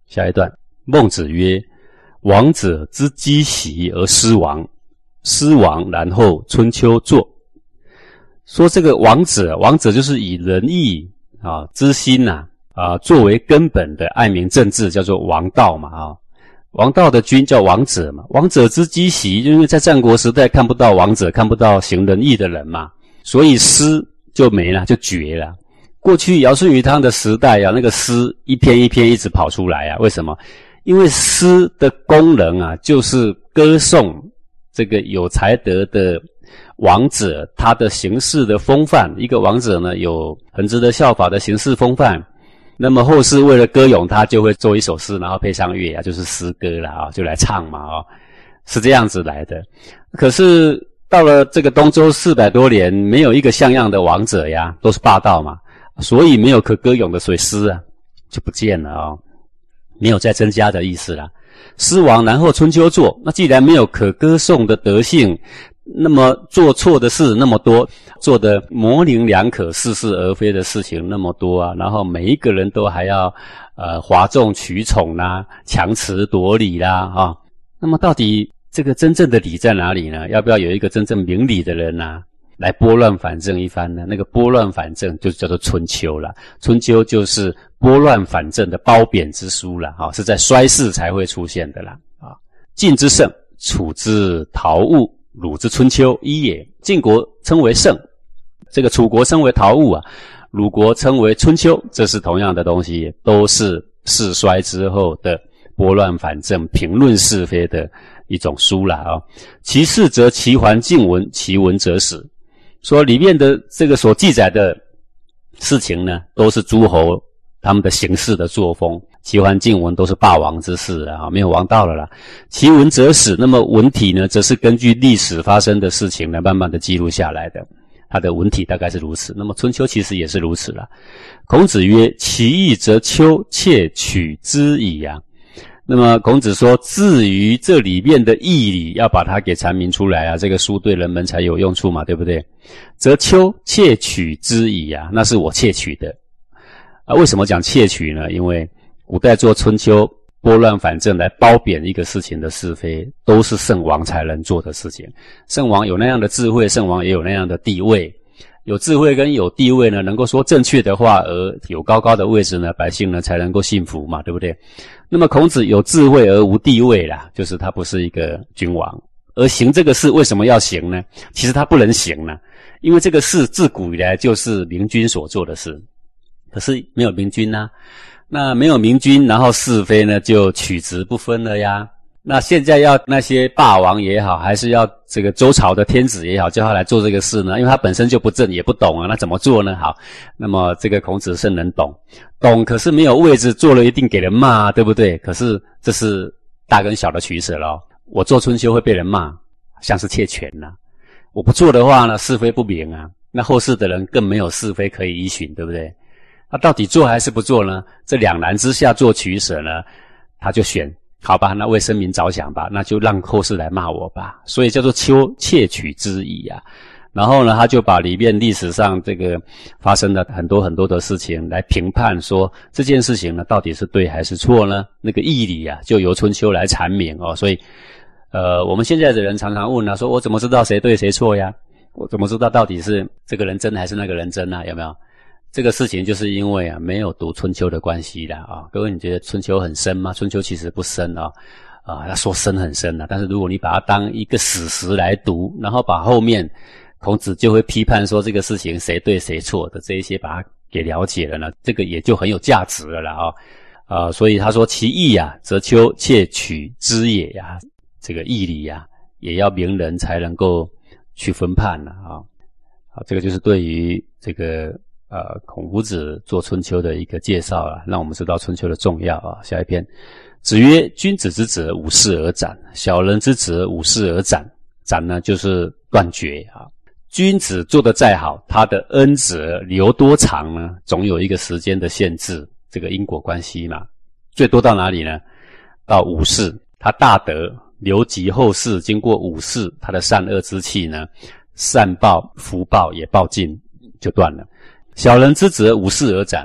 下一段，孟子曰：王者之积习而失亡，失亡然后春秋作。说这个王者就是以仁义之心作为根本的爱民政治，叫做王道嘛王道的君叫王者嘛，王者之积习，因为在战国时代看不到王者，看不到行仁义的人嘛，所以诗就没了，就绝了。过去尧舜禹汤的时代那个诗一篇一篇一直跑出来为什么？因为诗的功能就是歌颂这个有才德的王者，他的行事的风范。一个王者呢，有很值得效法的行事风范。那么后世为了歌咏他，就会做一首诗，然后配上乐就是诗歌啦就来唱嘛是这样子来的。可是到了这个东周400多年，没有一个像样的王者都是霸道嘛，所以没有可歌咏的水诗就不见了没有再增加的意思啦。失亡然后春秋作，那既然没有可歌颂的德性，那么做错的事那么多，做的模棱两可似是而非的事情那么多然后每一个人都还要哗众取宠啦，强词夺理啦那么到底这个真正的理在哪里呢？要不要有一个真正明理的人来拨乱反正一番呢？那个拨乱反正就叫做春秋啦。春秋就是拨乱反正的褒贬之书啦是在衰世才会出现的啦晋之盛，楚之陶物，鲁之春秋一也。晋国称为盛，这个楚国称为陶物鲁国称为春秋，这是同样的东西，都是世衰之后的拨乱反正、评论是非的一种书啦其事则其环境文，其文则史。说里面的这个所记载的事情呢，都是诸侯他们的行事的作风，其环境文都是霸王之事没有王道了啦。其文则史，那么文体呢，则是根据历史发生的事情来慢慢的记录下来的，它的文体大概是如此。那么春秋其实也是如此啦。孔子曰：其义则丘窃取之矣那么孔子说，至于这里面的义理要把它给阐明出来这个书对人们才有用处嘛，对不对？则丘窃取之矣那是我窃取的为什么讲窃取呢？因为古代做春秋拨乱反正来褒贬一个事情的是非，都是圣王才能做的事情。圣王有那样的智慧，圣王也有那样的地位。有智慧跟有地位呢，能够说正确的话，而有高高的位置呢，百姓呢才能够信服嘛，对不对？那么孔子有智慧而无地位啦，就是他不是一个君王，而行这个事为什么要行呢？其实他不能行呢，因为这个事自古以来就是明君所做的事，可是没有明君那没有明君，然后是非呢就取直不分了那现在要那些霸王也好，还是要这个周朝的天子也好，叫他来做这个事呢？因为他本身就不正也不懂那怎么做呢？好，那么这个孔子圣人懂，可是没有位置，做了一定给人骂对不对？可是这是大跟小的取舍咯。我做春秋会被人骂，像是窃权我不做的话呢，是非不明那后世的人更没有是非可以依循，对不对？那到底做还是不做呢？这两难之下做取舍呢，他就选好吧，那为生民着想吧，那就让后世来骂我吧，所以叫做窃取之矣然后呢，他就把里面历史上这个发生的很多很多的事情来评判，说这件事情呢到底是对还是错呢？那个义理就由春秋来阐明所以我们现在的人常常问说我怎么知道谁对谁错呀？我怎么知道到底是这个人真还是那个人真有没有？这个事情就是因为没有读春秋的关系啦各位你觉得春秋很深吗？春秋其实不深他说深很深但是如果你把它当一个史实来读，然后把后面孔子就会批判说这个事情谁对谁错的这一些把它给了解了呢，这个也就很有价值了啦所以他说其义则丘窃取之也这个义理也要明人才能够去分判好，这个就是对于这个孔夫子做春秋的一个介绍让我们知道春秋的重要下一篇，子曰：君子之子无事而斩，小人之子无事而斩。斩呢就是断绝君子做得再好，他的恩泽留多长呢？总有一个时间的限制，这个因果关系嘛。最多到哪里呢？到五世，他大德留及后世，经过五世，他的善恶之气呢，善报福报也报尽就断了。小人之子无事而斩，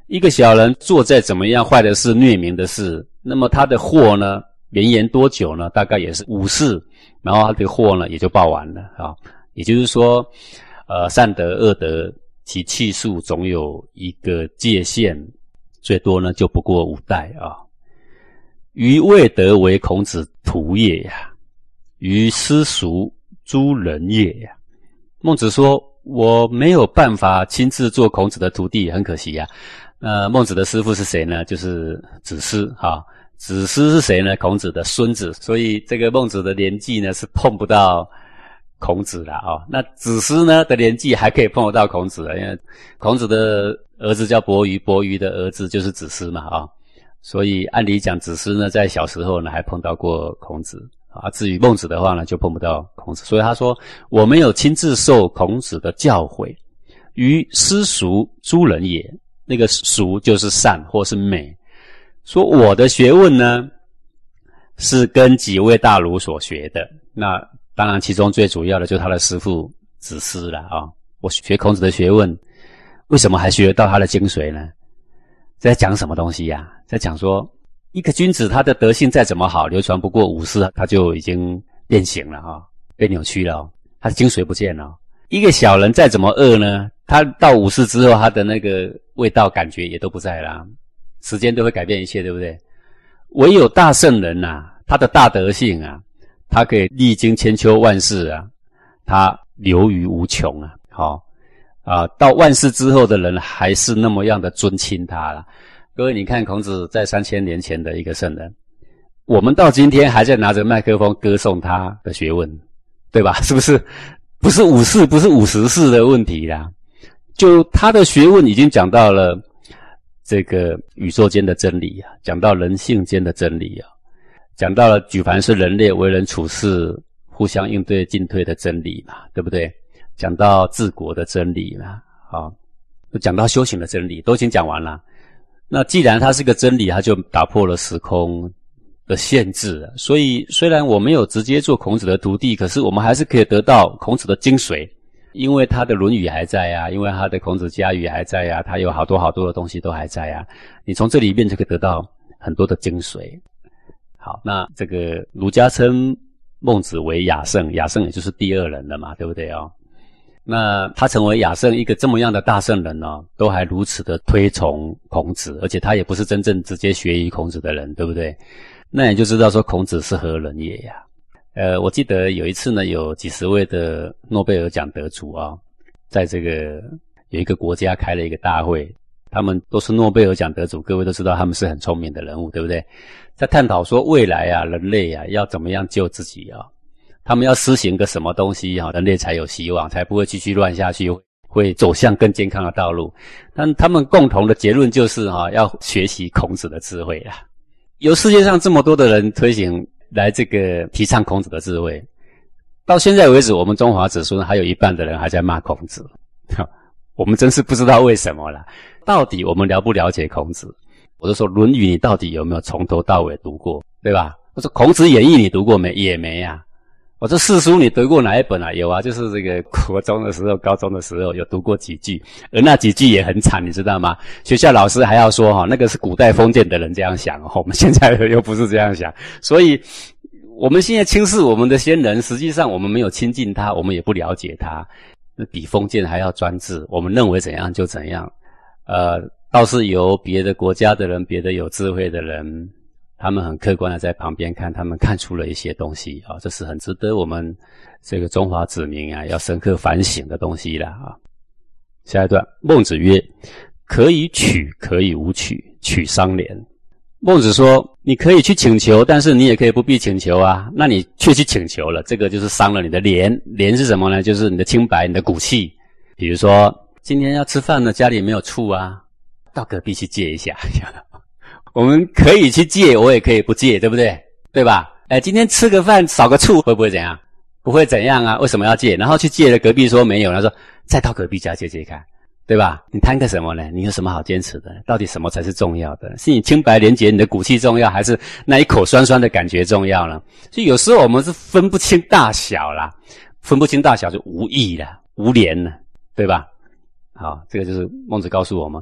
一个小人做再怎么样坏的事、虐民的事，那么他的祸呢，绵延多久呢？大概也是5世，然后他的祸呢也就报完了啊。也就是说，善德恶德其气数总有一个界限，最多呢就不过5代啊。于未得为孔子徒也呀，于私塾诸人也呀。孟子说，我没有办法亲自做孔子的徒弟，很可惜呀。孟子的师父是谁呢？就是子思哈。子思是谁呢？孔子的孙子，所以这个孟子的年纪呢是碰不到孔子了啊。那子思呢的年纪还可以碰得到孔子了，因为孔子的儿子叫伯鱼，伯鱼的儿子就是子思嘛啊。所以按理讲，子思呢在小时候呢还碰到过孔子啊。至于孟子的话呢，就碰不到孔子。所以他说，我没有亲自受孔子的教诲，于私塾诸人也。那个塾就是善或是美。说我的学问呢是跟几位大儒所学的，那当然其中最主要的就是他的师父子思了啊。我学孔子的学问，为什么还学得到他的精髓呢？在讲什么东西呀？在讲说一个君子他的德性再怎么好，流传不过5世，他就已经变形了啊，被扭曲了，他的精髓不见了。一个小人再怎么恶呢，他到5世之后，他的那个味道感觉也都不在啦。时间都会改变一切，对不对？唯有大圣人啊，他的大德性啊，他可以历经千秋万世啊，他流于无穷啊。好到万世之后的人还是那么样的尊亲他啦。各位，你看孔子在3000年前的一个圣人，我们到今天还在拿着麦克风歌颂他的学问，对吧？是不是？不是5世，不是50世的问题啦。就他的学问已经讲到了这个宇宙间的真理啊，讲到人性间的真理啊，讲到了举凡是人类为人处事互相应对进退的真理嘛，对不对？讲到治国的真理嘛，讲到修行的真理，都已经讲完了。那既然它是个真理，它就打破了时空的限制。所以虽然我没有直接做孔子的徒弟，可是我们还是可以得到孔子的精髓，因为他的《论语》还在啊，因为他的《孔子家语》还在啊，他有好多好多的东西都还在啊。你从这里面就可以得到很多的精髓。好，那这个儒家称孟子为亚圣，亚圣也就是第2人了嘛，对不对哦？那他成为亚圣一个这么样的大圣人呢，都还如此的推崇孔子，而且他也不是真正直接学于孔子的人，对不对？那也就知道说孔子是何人也呀。我记得有一次呢，有几十位的诺贝尔奖得主啊，在这个有一个国家开了一个大会，他们都是诺贝尔奖得主，各位都知道他们是很聪明的人物，对不对？在探讨说未来啊，人类啊要怎么样救自己啊，他们要施行个什么东西啊，人类才有希望，才不会继续乱下去，会走向更健康的道路。但他们共同的结论就是要学习孔子的智慧啦。有世界上这么多的人推行来这个提倡孔子的智慧，到现在为止，我们中华子孙还有一半的人还在骂孔子，我们真是不知道为什么啦。到底我们了不了解孔子？我就说《论语》你到底有没有从头到尾读过，对吧？我说《孔子演义》你读过没？也没啊。我说四书你读过哪一本啊？有啊，就是这个国中的时候、高中的时候有读过几句，而那几句也很惨，你知道吗？学校老师还要说那个是古代封建的人这样想我们现在又不是这样想。所以我们现在轻视我们的先人，实际上我们没有亲近他，我们也不了解他，比封建还要专制，我们认为怎样就怎样。倒是由别的国家的人、别的有智慧的人，他们很客观的在旁边看，他们看出了一些东西这是很值得我们这个中华子民要深刻反省的东西啦下一段，孟子曰：可以取，可以无取，取丧廉。孟子说，你可以去请求，但是你也可以不必请求啊。那你却去请求了，这个就是伤了你的廉。廉是什么呢？就是你的清白，你的骨气。比如说今天要吃饭呢，家里没有醋啊，到隔壁去借一下。我们可以去借，我也可以不借，对不对？对吧？今天吃个饭少个醋会不会怎样？不会怎样啊，为什么要借？然后去借了，隔壁说没有，他说再到隔壁家借借看，对吧？你贪个什么呢？你有什么好坚持的？到底什么才是重要的？是你清白廉洁，你的骨气重要，还是那一口酸酸的感觉重要呢？所以有时候我们是分不清大小啦，分不清大小就无义啦，无廉了，对吧？好，这个就是孟子告诉我们，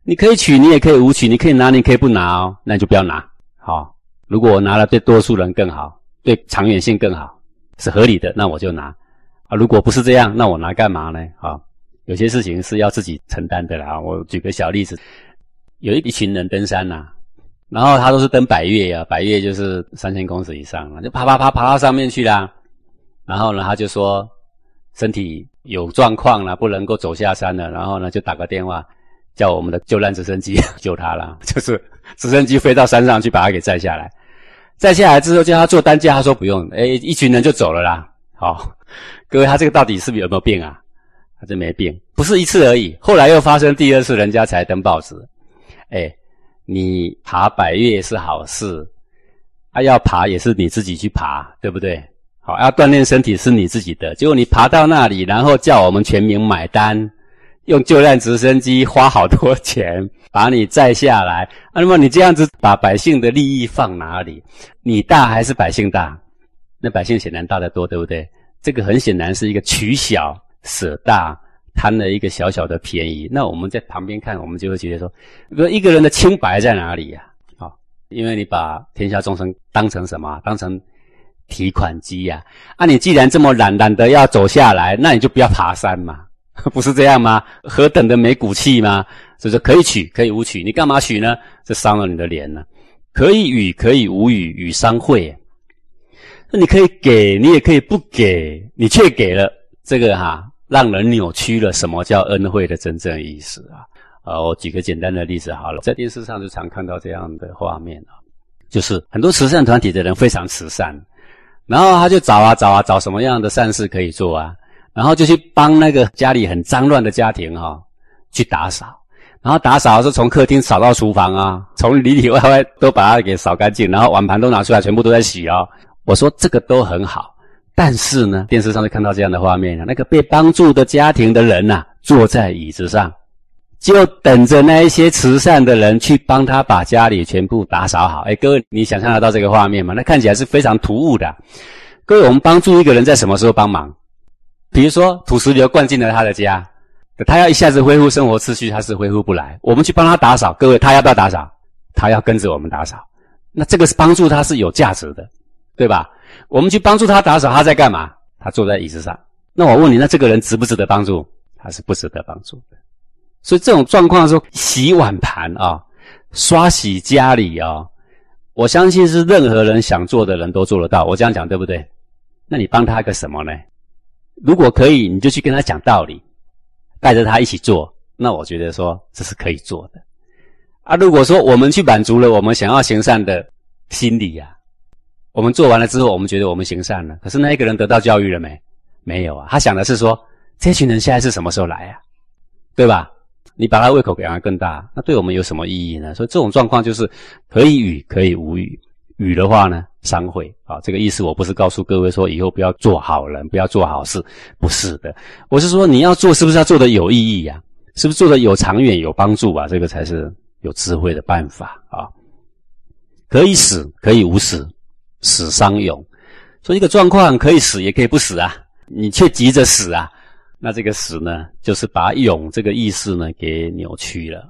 你可以取，你也可以无取，你可以拿，你可以不拿哦，那你就不要拿。好，如果我拿了对多数人更好，对长远性更好，是合理的，那我就拿。啊，如果不是这样，那我拿干嘛呢？啊，有些事情是要自己承担的啦。我举个小例子，有一群人登山啊，然后他都是登百岳啊，百岳就是3000公尺以上啊，就爬到上面去啦。然后呢，他就说身体有状况了，不能够走下山了，然后呢就打个电话叫我们的救难直升机救他啦，就是直升机飞到山上去把他给载下来。载下来之后叫他做担架，他说不用，一群人就走了啦。好，各位他这个到底是不是有没有病啊？他这没病，不是一次而已，后来又发生第二次，人家才登报纸。你爬百岳是好事，要爬也是你自己去爬，对不对？好，要锻炼身体是你自己的，结果你爬到那里，然后叫我们全民买单，用救难直升机花好多钱把你载下来，那么你这样子把百姓的利益放哪里？你大还是百姓大？那百姓显然大得多，对不对？这个很显然是一个取小舍大，贪了一个小小的便宜。那我们在旁边看，我们就会觉得说，一个人的清白在哪里呀？因为你把天下众生当成什么？当成提款机呀！你既然这么懒得要走下来，那你就不要爬山嘛，不是这样吗？何等的没骨气吗？所以说可以取，可以无取，你干嘛取呢？这伤了你的脸呢。可以与，可以无与，与商会。那你可以给，你也可以不给，你却给了，这个让人扭曲了什么叫恩惠的真正意思啊！我举个简单的例子好了，在电视上就常看到这样的画面啊，就是很多慈善团体的人非常慈善，然后他就找什么样的善事可以做啊，然后就去帮那个家里很脏乱的家庭去打扫，然后打扫是从客厅扫到厨房啊，从里里外外都把它给扫干净，然后碗盘都拿出来，全部都在洗哦。我说这个都很好，但是呢，电视上就看到这样的画面，那个被帮助的家庭的人坐在椅子上，就等着那一些慈善的人去帮他把家里全部打扫好。各位，你想象得到这个画面吗？那看起来是非常突兀的。各位，我们帮助一个人在什么时候帮忙？比如说土石流灌进了他的家，他要一下子恢复生活秩序，他是恢复不来。我们去帮他打扫，各位，他要不要打扫？他要跟着我们打扫。那这个是帮助他是有价值的，对吧？我们去帮助他打扫，他在干嘛？他坐在椅子上。那我问你，那这个人值不值得帮助？他是不值得帮助的。所以这种状况说，洗碗盘刷洗家里我相信是任何人想做的人都做得到。我这样讲对不对？那你帮他个什么呢？如果可以，你就去跟他讲道理，带着他一起做，那我觉得说这是可以做的。如果说我们去满足了我们想要行善的心理我们做完了之后，我们觉得我们行善了，可是那一个人得到教育了没？没有他想的是说，这群人现在是什么时候来对吧？你把他胃口养得更大，那对我们有什么意义呢？所以这种状况就是可以与，可以无与。与的话呢，商会这个意思我不是告诉各位说以后不要做好人，不要做好事，不是的。我是说你要做是不是要做得有意义是不是做得有长远有帮助这个才是有智慧的办法可以死，可以无死，死伤勇。所以一个状况可以死也可以不死你却急着死那这个死呢，就是把勇这个意思呢给扭曲了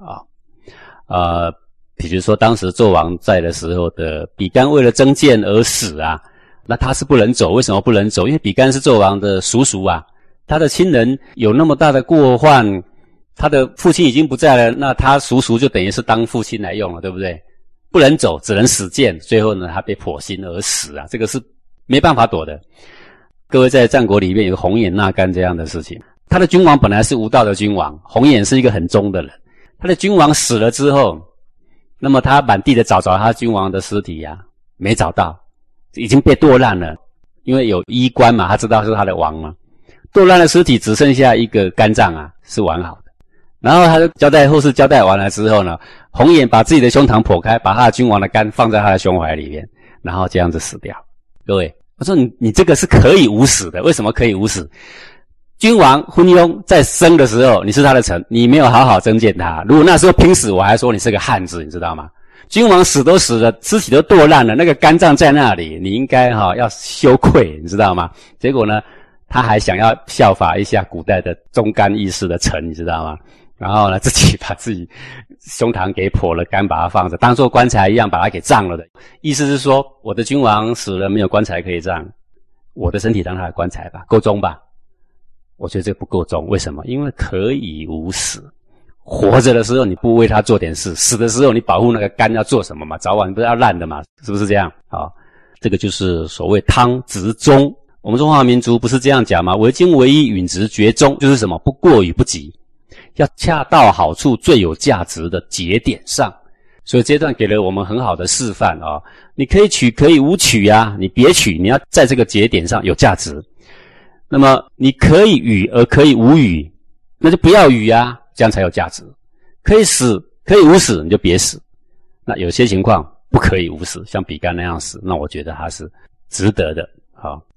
比如说当时纣王在的时候的比干为了争剑而死那他是不能走，为什么不能走？因为比干是纣王的叔叔他的亲人有那么大的过患，他的父亲已经不在了，那他叔叔就等于是当父亲来用了，对不对？不能走，只能死谏，最后呢他被剖心而死这个是没办法躲的。各位在战国里面有红眼纳干这样的事情，他的君王本来是无道的君王，红眼是一个很忠的人，他的君王死了之后，那么他满地的找他君王的尸体没找到，已经被剁烂了，因为有衣冠嘛，他知道是他的王嘛，剁烂的尸体只剩下一个肝脏是完好的。然后他就交代后事交代完了之后呢，红眼把自己的胸膛剖开，把他的君王的肝放在他的胸怀里面，然后这样子死掉。各位，我说你这个是可以无死的，为什么可以无死？君王昏庸在生的时候，你是他的臣，你没有好好征见他，如果那时候拼死，我还说你是个汉子，你知道吗？君王死都死了，尸体都剁烂了，那个肝脏在那里，你应该要羞愧，你知道吗？结果呢，他还想要效法一下古代的忠肝义士的臣，你知道吗？ 然后呢，自己把自己胸膛给剖了，肝把它放着，当做棺材一样把它给葬了的。意思是说，我的君王死了，没有棺材可以葬，我的身体当他的棺材吧，够忠吧？我觉得这不够忠，为什么？因为可以无死。活着的时候你不为他做点事，死的时候你保护那个肝要做什么嘛？早晚不是要烂的嘛？是不是这样？好，这个就是所谓汤直中。我们中华民族不是这样讲吗？为精为一，允直绝中，就是什么？不过与不及，要恰到好处，最有价值的节点上。所以这段给了我们很好的示范啊！你可以取，可以无取啊，你别取，你要在这个节点上有价值。那么你可以与而可以无与，那就不要与啊，这样才有价值。可以死，可以无死，你就别死。那有些情况不可以无死，像比干那样死，那我觉得他是值得的。好。